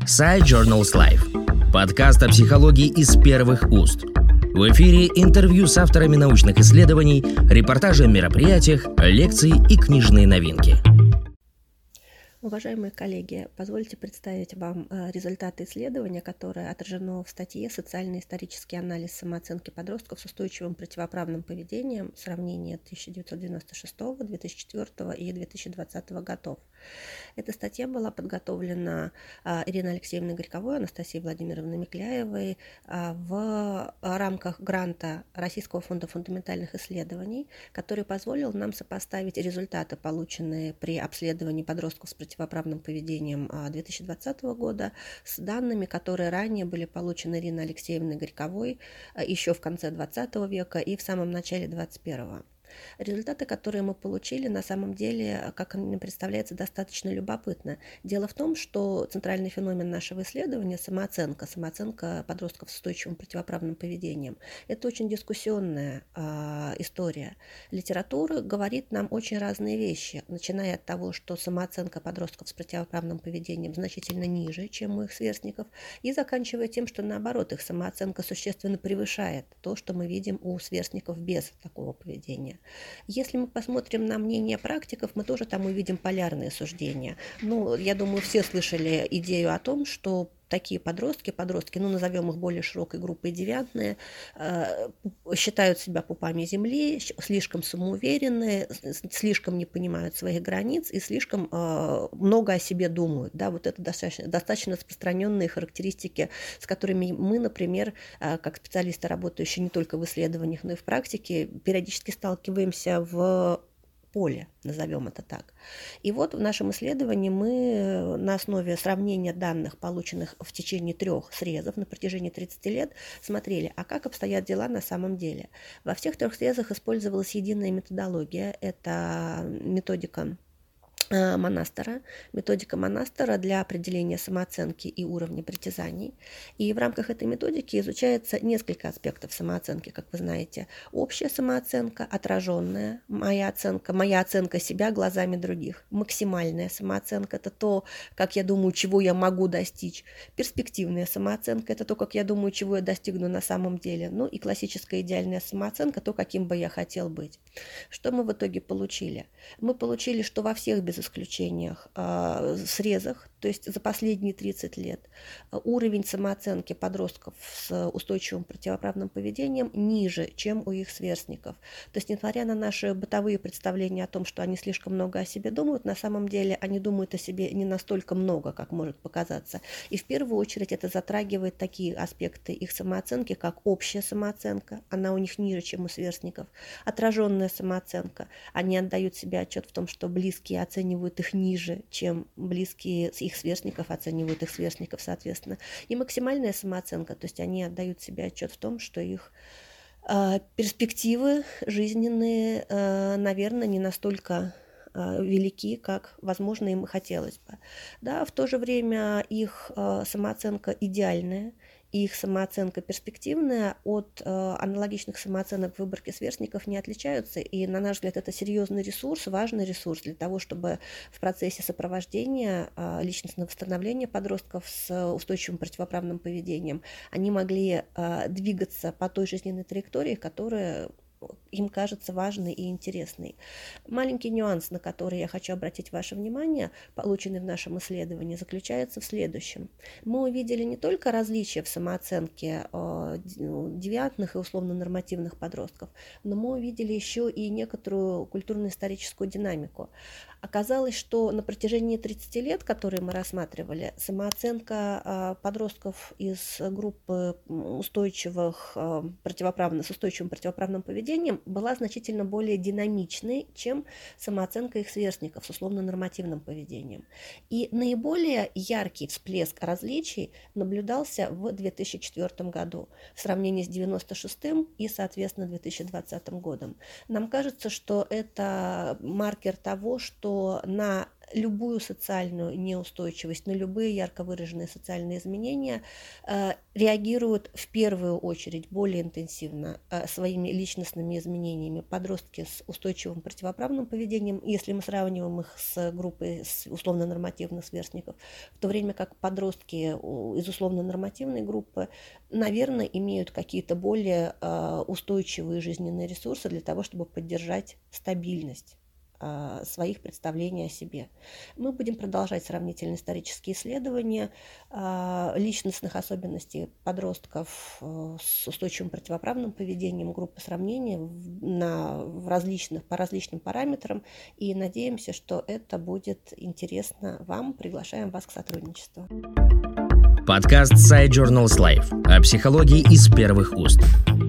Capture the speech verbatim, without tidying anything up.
Side Journals Life. Подкаст о психологии из первых уст. В эфире интервью с авторами научных исследований, репортажи о мероприятиях, лекции и книжные новинки. Уважаемые коллеги, позвольте представить вам результаты исследования, которое отражено в статье «Социально-исторический анализ самооценки подростков с устойчивым противоправным поведением. Сравнение тысяча девятьсот девяносто шестого, две тысячи четвёртого и две тысячи двадцатого годов». Эта статья была подготовлена Ириной Алексеевной Горьковой, Анастасией Владимировной Микляевой в рамках гранта Российского фонда фундаментальных исследований, который позволил нам сопоставить результаты, полученные при обследовании подростков с противоправным поведением две тысячи двадцатого года, с данными, которые ранее были получены Ириной Алексеевной Горьковой еще в конце двадцатого века и в самом начале двадцать первого. Результаты, которые мы получили, на самом деле, как мне представляется, достаточно любопытны. Дело в том, что центральный феномен нашего исследования – самооценка, самооценка подростков с устойчивым противоправным поведением. Это очень дискуссионная э, история. Литература говорит нам очень разные вещи, начиная от того, что самооценка подростков с противоправным поведением значительно ниже, чем у их сверстников, и заканчивая тем, что наоборот, их самооценка существенно превышает то, что мы видим у сверстников без такого поведения. Если мы посмотрим на мнение практиков, мы тоже там увидим полярные суждения. Ну, я думаю, все слышали идею о том, что такие подростки, подростки, ну, назовем их более широкой группой девиантные, э, считают себя пупами земли, слишком самоуверенные, слишком не понимают своих границ и слишком э, много о себе думают. Да, вот это достаточно, достаточно распространенные характеристики, с которыми мы, например, э, как специалисты, работающие не только в исследованиях, но и в практике, периодически сталкиваемся в поле, назовем это так. И вот в нашем исследовании мы на основе сравнения данных, полученных в течение трех срезов на протяжении тридцати лет, смотрели, а как обстоят дела на самом деле. Во всех трех срезах использовалась единая методология, это методика Монастера, методика Монастера для определения самооценки и уровня притязаний. И в рамках этой методики изучается несколько аспектов самооценки, как вы знаете. Общая самооценка, отраженная, моя оценка, моя оценка себя глазами других. Максимальная самооценка – это то, как я думаю, чего я могу достичь. Перспективная самооценка – это то, как я думаю, чего я достигну на самом деле. Ну и классическая идеальная самооценка – то, каким бы я хотел быть. Что мы в итоге получили? Мы получили, что во всех без исключениях э, срезах, то есть за последние тридцать лет, уровень самооценки подростков с устойчивым противоправным поведением ниже, чем у их сверстников. То есть, несмотря на наши бытовые представления о том, что они слишком много о себе думают, на самом деле они думают о себе не настолько много, как может показаться. И в первую очередь это затрагивает такие аспекты их самооценки, как общая самооценка, она у них ниже, чем у сверстников, отраженная самооценка, они отдают себе отчет в том, что близкие оценивают их ниже, чем близкие их сверстников оценивают их сверстников, соответственно. И максимальная самооценка, то есть они отдают себе отчет в том, что их э, перспективы жизненные, э, наверное, не настолько э, велики, как, возможно, им хотелось бы. Да, в то же время их э, самооценка идеальная, и их самооценка перспективная от э, аналогичных самооценок в выборке сверстников не отличаются. И, на наш взгляд, это серьезный ресурс, важный ресурс для того, чтобы в процессе сопровождения э, личностного восстановления подростков с устойчивым противоправным поведением они могли э, двигаться по той жизненной траектории, которая им кажется важной и интересной. Маленький нюанс, на который я хочу обратить ваше внимание, полученный в нашем исследовании, заключается в следующем. Мы увидели не только различия в самооценке э, девиантных и условно-нормативных подростков, но мы увидели еще и некоторую культурно-историческую динамику. Оказалось, что на протяжении тридцати лет, которые мы рассматривали, самооценка э, подростков из группы устойчивых, э, противоправно, с устойчивым противоправным поведением была значительно более динамичной, чем самооценка их сверстников с условно-нормативным поведением. И наиболее яркий всплеск различий наблюдался в две тысячи четвёртом году в сравнении с девяносто шестым и, соответственно, две тысячи двадцатым годом. Нам кажется, что это маркер того, что на любую социальную неустойчивость, на любые ярко выраженные социальные изменения э, реагируют в первую очередь более интенсивно э, своими личностными изменениями подростки с устойчивым противоправным поведением, если мы сравниваем их с группой условно-нормативных сверстников, в то время как подростки из условно-нормативной группы, наверное, имеют какие-то более э, устойчивые жизненные ресурсы для того, чтобы поддержать стабильность своих представлений о себе. Мы будем продолжать сравнительные исторические исследования личностных особенностей подростков с устойчивым противоправным поведением, группы сравнения на, в различных, по различным параметрам, и надеемся, что это будет интересно вам. Приглашаем вас к сотрудничеству. Подкаст Side Journals Life о психологии из первых уст.